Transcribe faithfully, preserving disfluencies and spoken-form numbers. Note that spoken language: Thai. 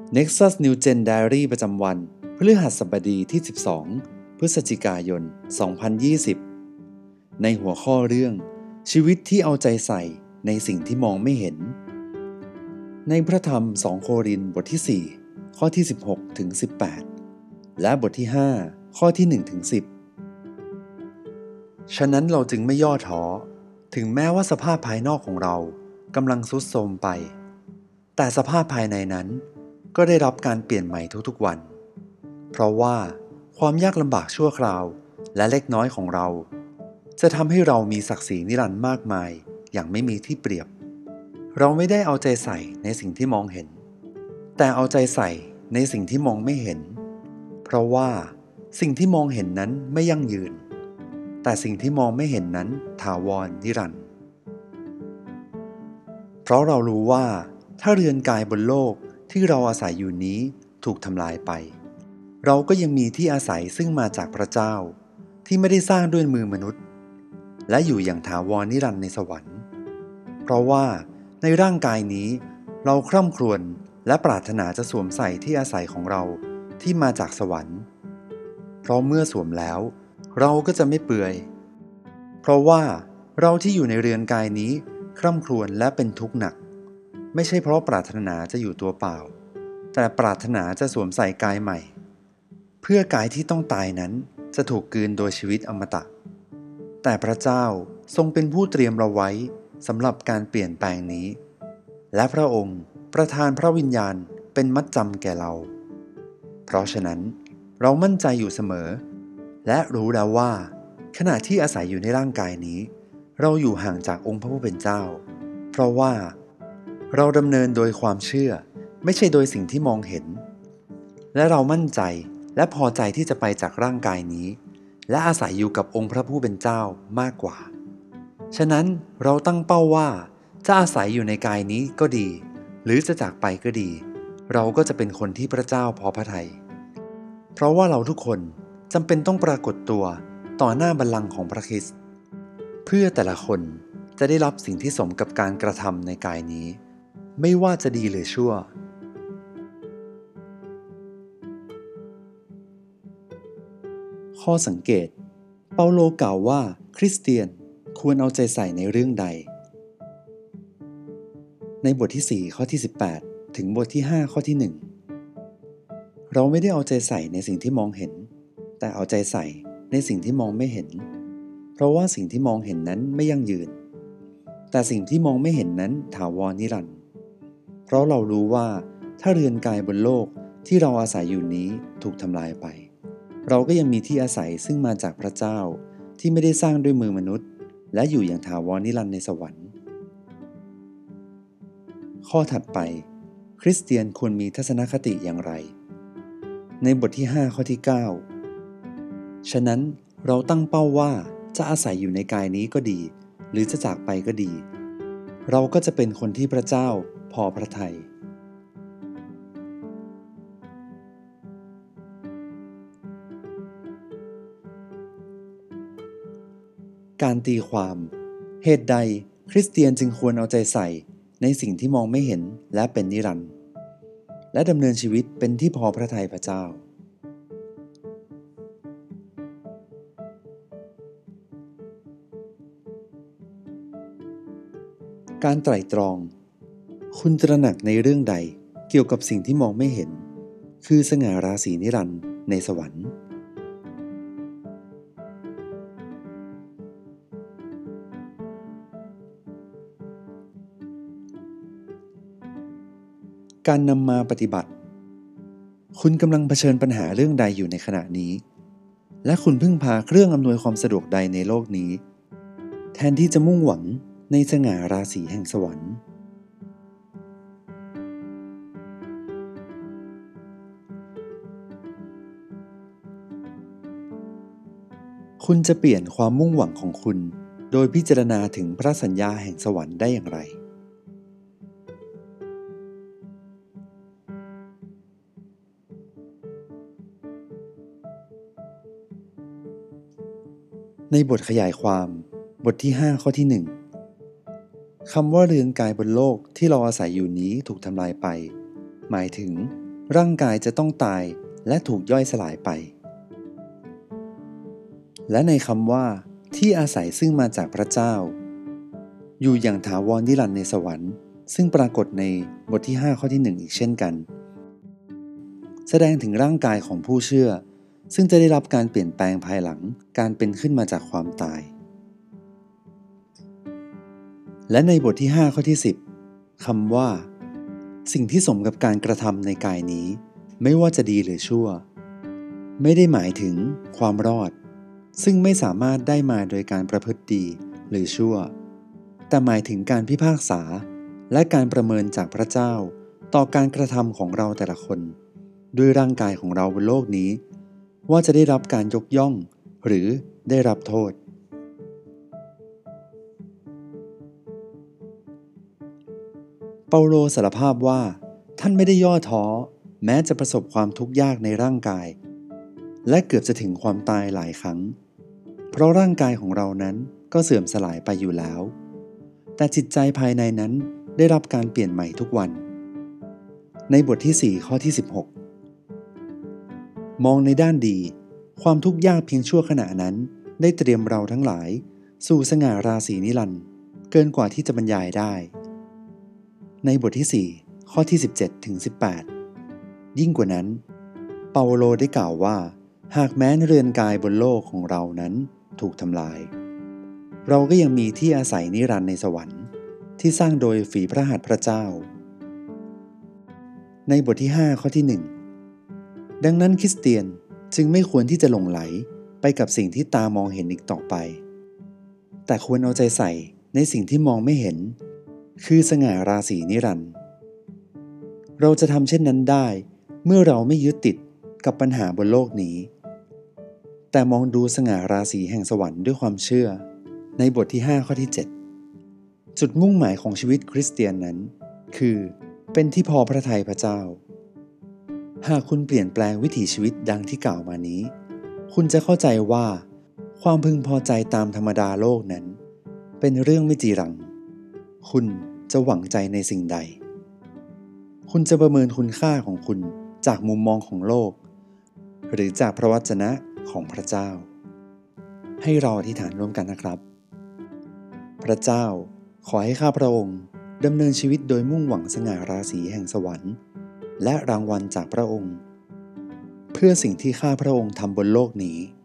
Nexus New Gen Diary ประจำวันพฤหัสบดีที่สิบสองพฤศจิกายนสองพันยี่สิบในหัวข้อเรื่องชีวิตที่เอาใจใส่ในสิ่งที่มองไม่เห็นในพระธรรมสองโครินธ์บทที่สี่ข้อที่สิบหกถึงสิบแปดและบทที่ห้าข้อที่หนึ่งถึงสิบฉะนั้นเราจึงไม่ย่อท้อถึงแม้ว่าสภาพภายนอกของเรากำลังทรุดโทรมไปแต่สภาพภายในนั้นก็ได้รับการเปลี่ยนใหม่ทุกๆวันเพราะว่าความยากลำบากชั่วคราวและเล็กน้อยของเราจะทำให้เรามีศักดิ์ศรีนิรันดร์มากมายอย่างไม่มีที่เปรียบเราไม่ได้เอาใจใส่ในสิ่งที่มองเห็นแต่เอาใจใส่ในสิ่งที่มองไม่เห็นเพราะว่าสิ่งที่มองเห็นนั้นไม่ยั่งยืนแต่สิ่งที่มองไม่เห็นนั้นถาวรนิรันดร์เพราะเรารู้ว่าถ้าเรือนกายบนโลกที่เราอาศัยอยู่นี้ถูกทำลายไปเราก็ยังมีที่อาศัยซึ่งมาจากพระเจ้าที่ไม่ได้สร้างด้วยมือมนุษย์และอยู่อย่างถาวรนิรันดร์ในสวรรค์เพราะว่าในร่างกายนี้เราคร่ำครวญและปรารถนาจะสวมใส่ที่อาศัยของเราที่มาจากสวรรค์เพราะเมื่อสวมแล้วเราก็จะไม่เปื่อยเพราะว่าเราที่อยู่ในเรือนกายนี้คร่ำครวญและเป็นทุกข์หนักไม่ใช่เพราะปรารถนาจะอยู่ตัวเปล่าแต่ปรารถนาจะสวมใส่กายใหม่เพื่อกายที่ต้องตายนั้นจะถูกกลืนโดยชีวิตอมตะแต่พระเจ้าทรงเป็นผู้เตรียมเราไว้สำหรับการเปลี่ยนแปลงนี้และพระองค์ประทานพระวิญญาณเป็นมัดจำแก่เราเพราะฉะนั้นเรามั่นใจอยู่เสมอและรู้แล้วว่าขณะที่อาศัยอยู่ในร่างกายนี้เราอยู่ห่างจากองค์พระผู้เป็นเจ้าเพราะว่าเราดำเนินโดยความเชื่อไม่ใช่โดยสิ่งที่มองเห็นและเรามั่นใจและพอใจที่จะไปจากร่างกายนี้และอาศัยอยู่กับองค์พระผู้เป็นเจ้ามากกว่าฉะนั้นเราตั้งเป้าว่าจะอาศัยอยู่ในกายนี้ก็ดีหรือจะจากไปก็ดีเราก็จะเป็นคนที่พระเจ้าพอพระทัยเพราะว่าเราทุกคนจำเป็นต้องปรากฏตัวต่อหน้าบัลลังก์ของพระคริสต์เพื่อแต่ละคนจะได้รับสิ่งที่สมกับการกระทำในกายนี้ไม่ว่าจะดีหรือชั่วข้อสังเกตเปาโลกล่าวว่าคริสเตียนควรเอาใจใส่ในเรื่องใดในบทที่สี่ข้อที่สิบแปดถึงบทที่ห้าข้อที่หนึ่งเราไม่ได้เอาใจใส่ในสิ่งที่มองเห็นแต่เอาใจใส่ในสิ่งที่มองไม่เห็นเพราะว่าสิ่งที่มองเห็นนั้นไม่ยั่งยืนแต่สิ่งที่มองไม่เห็นนั้นถาวรนิรันดร์เพราะเรารู้ว่าถ้าเรือนกายบนโลกที่เราอาศัยอยู่นี้ถูกทำลายไปเราก็ยังมีที่อาศัยซึ่งมาจากพระเจ้าที่ไม่ได้สร้างด้วยมือมนุษย์และอยู่อย่างถาวรนิรันดร์ในสวรรค์ข้อถัดไปคริสเตียนควรมีทัศนคติอย่างไรในบทที่ห้าข้อที่เก้าฉะนั้นเราตั้งเป้าว่าจะอาศัยอยู่ในกายนี้ก็ดีหรือจะจากไปก็ดีเราก็จะเป็นคนที่พระเจ้าพอพระทัยการตีความเหตุใดคริสเตียนจึงควรเอาใจใส่ในสิ่งที่มองไม่เห็นและเป็นนิรันดร์และดำเนินชีวิตเป็นที่พอพระทัยพระเจ้าการไตร่ตรองคุณตระหนักในเรื่องใดเกี่ยวกับสิ่งที่มองไม่เห็นคือสง่าราศีนิรันดร์ในสวรรค์การนำมาปฏิบัติคุณกำลังเผชิญปัญหาเรื่องใดอยู่ในขณะนี้และคุณพึ่งพาเครื่องอำนวยความสะดวกใดในโลกนี้แทนที่จะมุ่งหวังในสง่าราศีแห่งสวรรค์คุณจะเปลี่ยนความมุ่งหวังของคุณโดยพิจารณาถึงพระสัญญาแห่งสวรรค์ได้อย่างไรในบทขยายความบทที่ห้าข้อที่หนึ่งคำว่าเรือนกายบนโลกที่เราอาศัยอยู่นี้ถูกทำลายไปหมายถึงร่างกายจะต้องตายและถูกย่อยสลายไปและในคำว่าที่อาศัยซึ่งมาจากพระเจ้าอยู่อย่างถาวรนิรันดร์ในสวรรค์ซึ่งปรากฏในบทที่ห้าข้อที่หนึ่งอีกเช่นกันแสดงถึงร่างกายของผู้เชื่อซึ่งจะได้รับการเปลี่ยนแปลงภายหลังการเป็นขึ้นมาจากความตายและในบทที่ห้าข้อที่สิบคำว่าสิ่งที่สมกับการกระทำในกายนี้ไม่ว่าจะดีหรือชั่วไม่ได้หมายถึงความรอดซึ่งไม่สามารถได้มาโดยการประพฤติดีหรือชั่วแต่หมายถึงการพิพากษาและการประเมินจากพระเจ้าต่อการกระทำของเราแต่ละคนด้วยร่างกายของเราบนโลกนี้ว่าจะได้รับการยกย่องหรือได้รับโทษเปาโลสารภาพว่าท่านไม่ได้ย่อท้อแม้จะประสบความทุกข์ยากในร่างกายและเกือบจะถึงความตายหลายครั้งเพราะร่างกายของเรานั้นก็เสื่อมสลายไปอยู่แล้วแต่จิตใจภายในนั้นได้รับการเปลี่ยนใหม่ทุกวันในบทที่สี่ข้อที่สิบหกมองในด้านดีความทุกข์ยากเพียงชั่วขณะนั้นได้เตรียมเราทั้งหลายสู่สง่าราศีนิรันดร์เกินกว่าที่จะบรรยายได้ในบทที่สี่ข้อที่สิบเจ็ดถึงสิบแปดยิ่งกว่านั้นเปาโลได้กล่าวว่าหากแม้นเรือนกายบนโลกของเรานั้นถูกทำลายเราก็ยังมีที่อาศัยนิรันดร์ในสวรรค์ที่สร้างโดยฝีพระหัตถ์พระเจ้าในบทที่ห้าข้อที่หนึ่งดังนั้นคริสเตียนจึงไม่ควรที่จะหลงไหลไปกับสิ่งที่ตามองเห็นอีกต่อไปแต่ควรเอาใจใส่ในสิ่งที่มองไม่เห็นคือสง่าราศีนิรันดร์เราจะทำเช่นนั้นได้เมื่อเราไม่ยึดติดกับปัญหาบนโลกนี้แต่มองดูสง่าราศีแห่งสวรรค์ด้วยความเชื่อในบทที่ห้าข้อที่เจ็ดจุดมุ่งหมายของชีวิตคริสเตียนนั้นคือเป็นที่พอพระทัยพระเจ้าหากคุณเปลี่ยนแปลงวิถีชีวิตดังที่กล่าวมานี้คุณจะเข้าใจว่าความพึงพอใจตามธรรมดาโลกนั้นเป็นเรื่องไม่จีรังคุณจะหวังใจในสิ่งใดคุณจะประเมินคุณค่าของคุณจากมุมมองของโลกหรือจากพระวจนะของพระเจ้าให้เราอธิษฐานร่วมกันนะครับพระเจ้าขอให้ข้าพระองค์ดำเนินชีวิตโดยมุ่งหวังสง่าราศีแห่งสวรรค์และรางวัลจากพระองค์เพื่อสิ่งที่ข้าพระองค์ทำบนโลกนี้